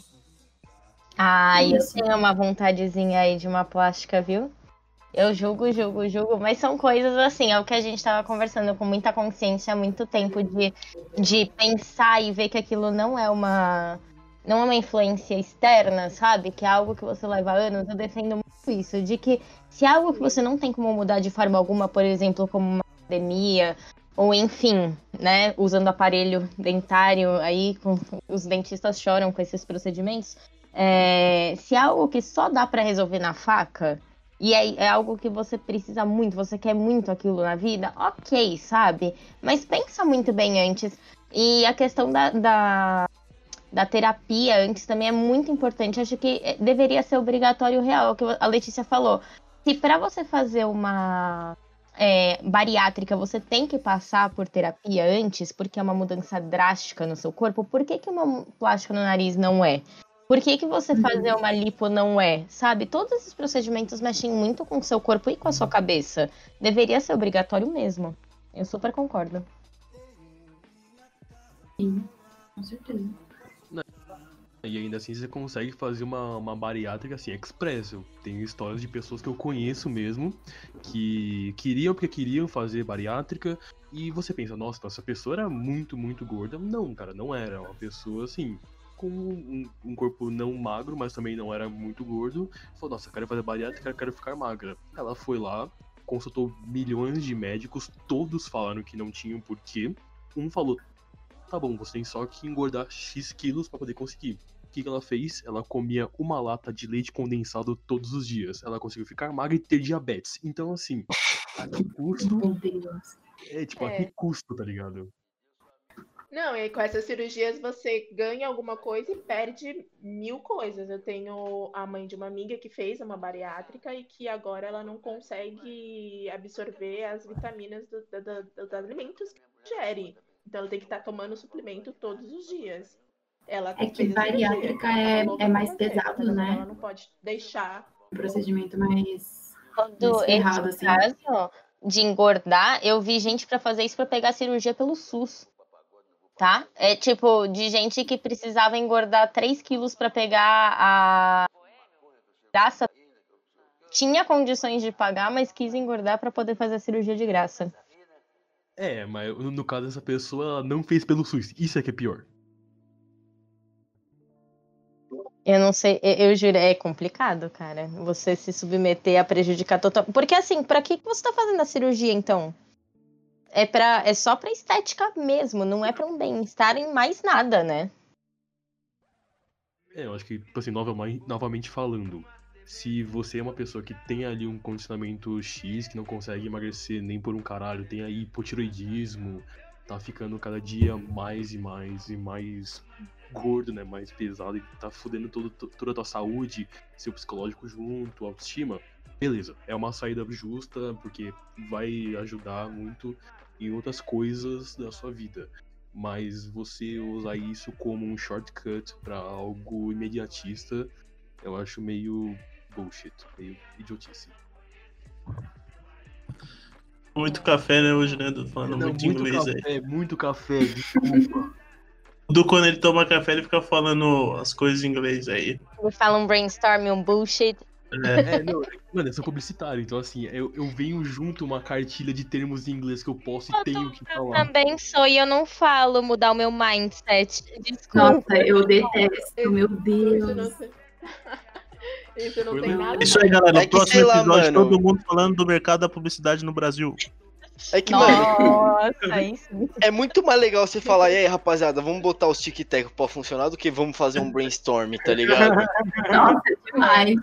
Ai, eu Isso. tenho uma vontadezinha aí de uma plástica, viu? Eu julgo, mas são coisas assim, é o que a gente tava conversando com muita consciência há muito tempo de pensar e ver que aquilo não é uma influência externa, sabe? Que é algo que você leva anos. Eu defendo muito isso, de que se é algo que você não tem como mudar de forma alguma, por exemplo, como uma academia, ou enfim, né, usando aparelho dentário, aí os dentistas choram com esses procedimentos. Se é algo que só dá pra resolver na faca, e é algo que você precisa muito, você quer muito aquilo na vida, ok, sabe? Mas pensa muito bem antes. E a questão da terapia antes também é muito importante. Acho que deveria ser obrigatório real, é o que a Letícia falou. Se pra você fazer uma bariátrica, você tem que passar por terapia antes, porque é uma mudança drástica no seu corpo, por que uma plástica no nariz não é? Por que você fazer uma lipo não é? Sabe? Todos esses procedimentos mexem muito com o seu corpo e com a sua cabeça. Deveria ser obrigatório mesmo. Eu super concordo. Sim, com certeza. E ainda assim você consegue fazer uma bariátrica assim, express. Eu tenho histórias de pessoas que eu conheço mesmo, que queriam fazer bariátrica, e você pensa, nossa, essa pessoa era muito, muito gorda. Não, cara, não era. Uma pessoa assim, com um corpo não magro, mas também não era muito gordo. Falou, nossa, eu quero fazer bariátrica, eu quero ficar magra. Ela foi lá, consultou milhões de médicos, todos falaram que não tinham porquê. Um falou, tá bom, você tem só que engordar X quilos pra poder conseguir. O que ela fez? Ela comia uma lata de leite condensado todos os dias. Ela conseguiu ficar magra e ter diabetes. Então, assim, a que custo? Meu Deus. A que custo, tá ligado? Não, e com essas cirurgias você ganha alguma coisa e perde 1000 coisas. Eu tenho a mãe de uma amiga que fez uma bariátrica e que agora ela não consegue absorver as vitaminas dos alimentos que ingere. Então ela tem que estar tomando suplemento todos os dias. Ela É que fez a cirurgia, bariátrica ela falou é que mais não consegue, pesado, mas né? ela não pode deixar. Um procedimento mais Quando ferrado, esse assim. caso de engordar, eu vi gente pra fazer isso pra pegar cirurgia pelo SUS. Tá? É tipo, de gente que precisava engordar 3 quilos pra pegar a graça. Tinha condições de pagar, mas quis engordar pra poder fazer a cirurgia de graça. Mas no caso dessa pessoa, ela não fez pelo SUS. Isso é que é pior. Eu não sei, eu juro, é complicado, cara. Você se submeter a prejudicar total. Porque assim, pra que você tá fazendo a cirurgia, então? É só pra estética mesmo, não é pra um bem-estar em mais nada, né? Eu acho que, tipo assim, novamente falando, se você é uma pessoa que tem ali um condicionamento X, que não consegue emagrecer nem por um caralho, tem aí hipotiroidismo, tá ficando cada dia mais e mais gordo, né? Mais pesado e tá fudendo toda a tua saúde, seu psicológico junto, autoestima. Beleza, é uma saída justa porque vai ajudar muito em outras coisas da sua vida. Mas você usar isso como um shortcut pra algo imediatista, eu acho meio bullshit, meio idiotice. Muito café, né, hoje, né? Falando muito inglês café, aí. muito café, desculpa. Quando ele toma café, ele fica falando as coisas em inglês aí. Me fala um brainstorm, um bullshit. Não, mano, eu sou publicitário, então assim, eu venho junto uma cartilha de termos em inglês que eu posso e tenho que falar. Também sou e eu não falo mudar o meu mindset. Desculpa. Nossa, eu detesto, meu Deus. Isso não tem nada. Isso aí, galera. É No que, próximo sei lá, episódio, mano. todo mundo falando do mercado da publicidade no Brasil. É que, mano, Nossa, isso. é muito mais legal você falar, e aí, rapaziada, vamos botar os tic-tac pra funcionar do que vamos fazer um brainstorm, tá ligado? Nossa, demais.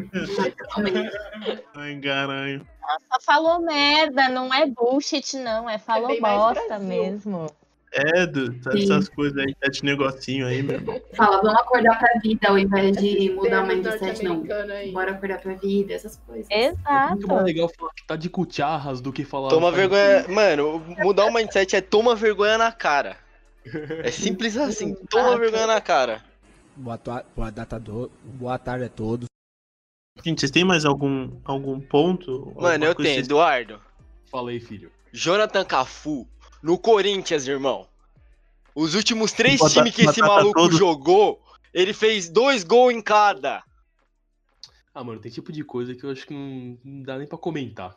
Ai, caralho. Nossa, falou merda, não é bullshit, não. É falou bem mais bosta Brasil. mesmo. Essas coisas aí, sete negocinho aí, meu irmão. Fala, vamos acordar pra vida ao invés de Esses mudar o termos mindset, não. norte-americanos aí. Bora acordar pra vida, essas coisas. É muito mais Exato. legal falar que tá de cucharras do que falar. Toma tá vergonha. Mano, mudar o mindset é toma vergonha na cara. É simples assim, toma vergonha na cara. Boa tarde a todos. Gente, vocês têm mais algum ponto? Mano, Alguma eu coisa tenho, que Eduardo. Fala aí, filho. Jonathan Cafu, no Corinthians, irmão. Os últimos 3 Bota- times que esse batata maluco todo. jogou, ele fez 2 gols em cada. Ah, mano, tem tipo de coisa que eu acho que não dá nem pra comentar.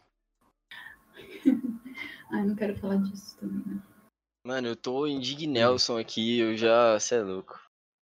Ai, não quero falar disso também, né? Mano, eu tô indignelson aqui, eu já... Cê é louco.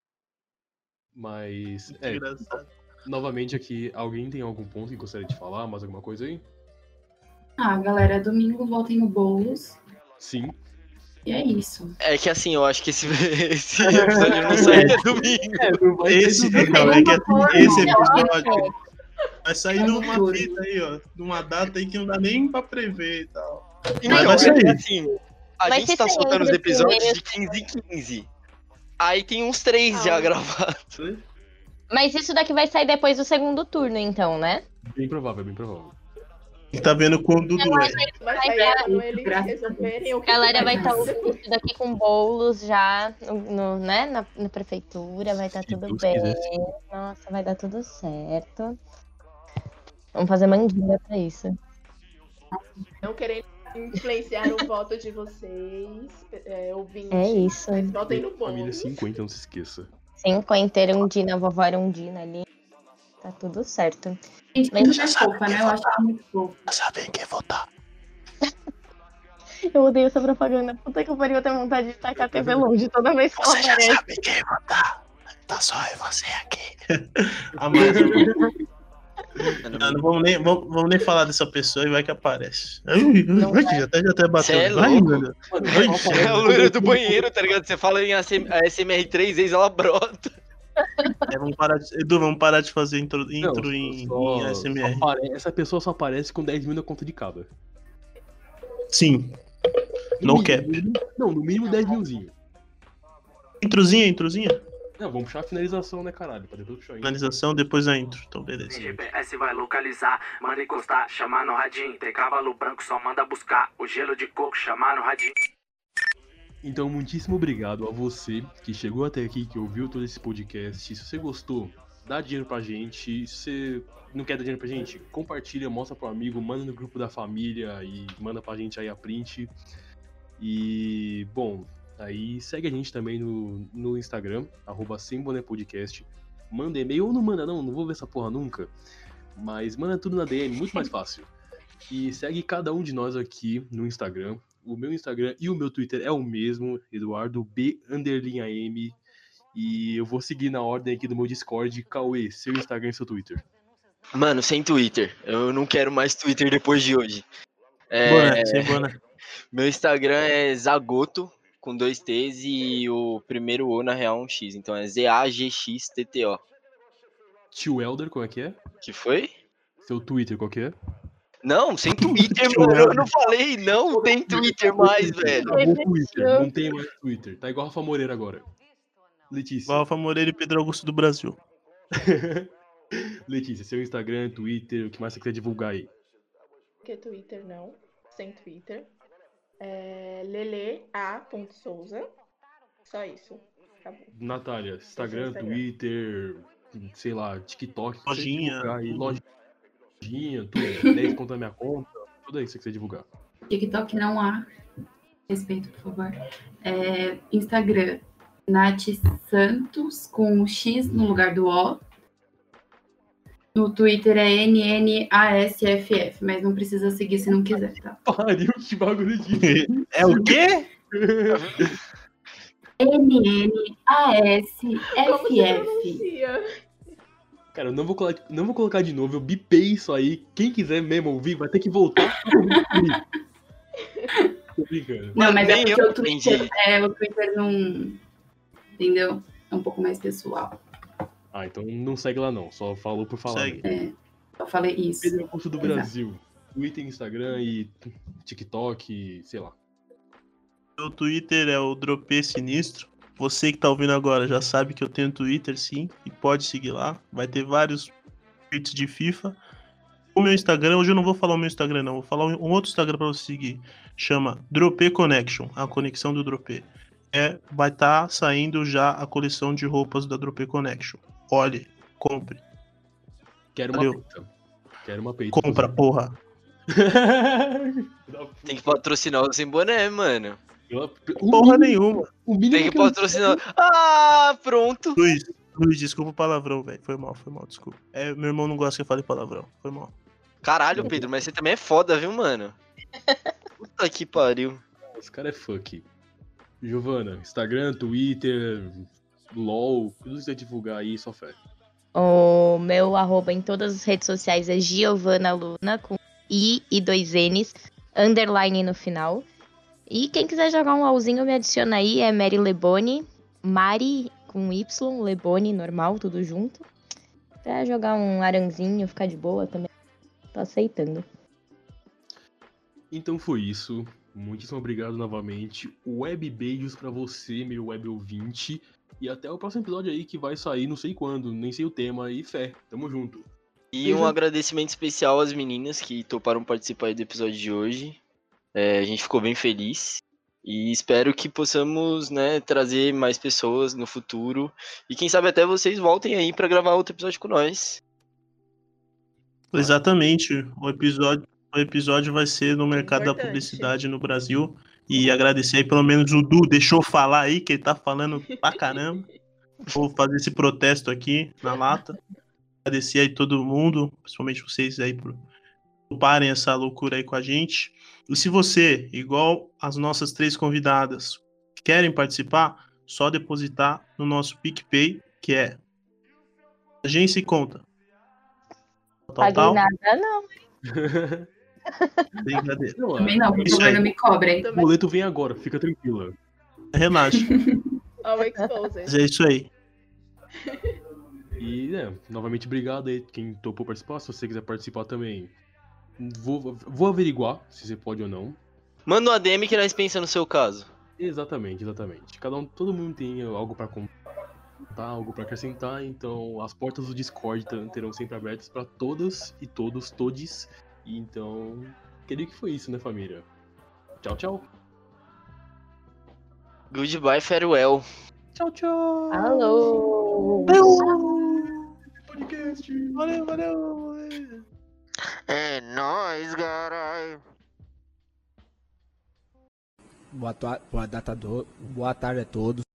Mas, Que engraçado. novamente aqui, alguém tem algum ponto que gostaria de falar? Mais alguma coisa aí? Ah, galera, domingo voltem no Boulos. Sim. E é isso. É que assim, eu acho que esse episódio não sairia domingo. Esse, então, é que assim, esse episódio vai sair É numa loucura. fita aí, ó. Numa data aí que não dá nem pra prever e tal. Então, vai sair. assim, a Mas gente se tá sair soltando os entre os episódios de primeiros- 15 em 15. Aí tem uns 3 já gravados. Mas isso daqui vai sair depois do segundo turno, então, né? Bem provável, bem provável. E tá vendo com o Dudu, é. Vai Vai sair dar quando eles graças a resolverem o que A galera que vai estar fazer. ouvindo isso daqui com bolos já né, na prefeitura, vai estar Se tudo Deus bem. quiser. Nossa, vai dar tudo certo. Vamos fazer mandinga pra isso. Não querendo influenciar o voto de vocês, ouvintes. É isso. Mas votem no Família bolo. 50, não se esqueça. 50 Erundina, vovó Erundina ali. Tá tudo certo. Gente, Mas muito é fofa, né? Eu acho que é muito fofo. Sabem quem votar. Eu odeio essa propaganda. Puta que pariu, eu tenho vontade de tacar a TV longe toda vez que ela aparece. sabem quem votar. Tá só eu e você aqui. A mais, não vamos nem falar dessa pessoa e vai que aparece. Já até bateu. Cê é Vai, louco. mano. É a loira do banheiro, tá ligado? Você fala em ASMR 3 vezes, ela brota. Edu, vamos parar de fazer intro Não, em ASMR. essa pessoa só aparece com 10 mil na conta de cada. Sim. No cap. Não, no mínimo 10 milzinho. Introzinha. Não, vamos puxar a finalização, né, caralho? Pra depois puxar a intro. Finalização, depois a intro. Então, beleza. GPS vai localizar, manda encostar, chamar no radinho. Tem cavalo branco, só manda buscar. O gelo de coco, chamar no radinho. Então, muitíssimo obrigado a você que chegou até aqui, que ouviu todo esse podcast. Se você gostou, dá dinheiro pra gente. Se você não quer dar dinheiro pra gente, compartilha, mostra pro amigo, manda no grupo da família e manda pra gente aí a print. E, bom, aí segue a gente também no Instagram, @sembonépodcast. Manda e-mail ou não manda não vou ver essa porra nunca. Mas manda tudo na DM, muito mais fácil. E segue cada um de nós aqui no Instagram. O meu Instagram e o meu Twitter é o mesmo, EduardoB_AM. E eu vou seguir na ordem aqui do meu Discord. Cauê, seu Instagram e seu Twitter. Mano, sem Twitter. Eu não quero mais Twitter depois de hoje. Sem boné. Meu Instagram é Zagoto, com 2 T's e o primeiro O na real um X. Então é ZAGXTTO. Tio Elder, qual é que é? Que foi? Seu Twitter, qual que é? Não, sem Twitter, mano. Eu não falei, não tem Twitter mais, velho. Acabou o Twitter, não tem mais Twitter. Tá igual a Rafa Moreira agora. Letícia. Rafa Moreira e Pedro Augusto do Brasil. Letícia, seu Instagram, Twitter, o que mais você quer divulgar aí? Porque Twitter não, sem Twitter. lelea.souza. Só isso. Acabou. Natália, Instagram, Twitter, sei lá, TikTok. Lojinha. Lojinha, tudo. 10 conta na minha conta. Tudo aí que você quiser divulgar. TikTok não há. Respeito, por favor. Instagram, Nath Santos, com o X no lugar do O. No Twitter é NNASFF, mas não precisa seguir se não quiser, tá? Pariu, que bagulho disso. É o quê? NNASFF. Cara, eu não vou colocar de novo, eu bipei isso aí. Quem quiser mesmo ouvir, vai ter que voltar. Tô brincando. Não, mas é Nem porque eu o Twitter não... Entendeu? É um pouco mais pessoal. Ah, então não segue lá não, só falou por falar. Segue. Eu falei isso. Pedro Augusto do Exato. Brasil. Twitter, Instagram e TikTok, sei lá. Meu Twitter é o Dropê Sinistro. Você que tá ouvindo agora já sabe que eu tenho Twitter, sim, e pode seguir lá. Vai ter vários tweets de FIFA. O meu Instagram, hoje eu não vou falar o meu Instagram, não. Vou falar um outro Instagram pra você seguir. Chama Dropê Connection, a conexão do Dropê. Vai estar saindo já a coleção de roupas da Dropê Connection. Olhe, compre. Quero Valeu. uma peita. Quero uma peita. Compra, porra. Tem que patrocinar o Sem Boné, mano. Porra nenhuma. Tem que patrocinar. Ah, pronto. Luiz, desculpa o palavrão, velho. Foi mal, desculpa. Meu irmão não gosta que eu fale palavrão. Foi mal. Caralho, Pedro, mas você também é foda, viu, mano? Puta que pariu. Esse cara é fuck. Giovana, Instagram, Twitter, LOL, tudo que você divulgar aí, só fé. O meu arroba em todas as redes sociais é Giovana Luna, com I e 2 N's, underline no final. E quem quiser jogar um LOLzinho, me adiciona aí, é Mary Leboni, Mari com Y, Leboni, normal, tudo junto. Pra jogar um aranzinho, ficar de boa também, tô aceitando. Então foi isso. Muitíssimo obrigado novamente. Web beijos pra você, meu web ouvinte. E até o próximo episódio aí que vai sair, não sei quando, nem sei o tema. E fé, tamo junto. E um agradecimento especial às meninas que toparam participar aí do episódio de hoje. A gente ficou bem feliz. E espero que possamos, né, trazer mais pessoas no futuro. E quem sabe até vocês voltem aí pra gravar outro episódio com nós. Exatamente. O episódio vai ser no mercado da publicidade no Brasil. E agradecer aí, pelo menos o Du deixou falar aí, que ele tá falando pra caramba. Vou fazer esse protesto aqui na lata. Agradecer aí todo mundo, principalmente vocês aí, por toparem essa loucura aí com a gente. E se você, igual as nossas 3 convidadas, querem participar, só depositar no nosso PicPay, que é Agência e Conta. Paguei nada, não. Brincadeira. Também não, por favor, não me cobrem. O boleto vem agora, fica tranquila. Relaxa. Ao exposed. É isso aí. E, novamente, obrigado aí quem topou participar. Se você quiser participar também, vou averiguar se você pode ou não. Manda um ADM que nós pensamos no seu caso. Exatamente. Todo mundo tem algo pra contar, algo pra acrescentar. Então, as portas do Discord terão sempre abertas pra todas e todes. E então, creio que foi isso, né, família? Tchau, tchau. Goodbye, farewell. Tchau, tchau. Alô. Podcast. Valeu. É nóis, caralho. Boa tarde a todos.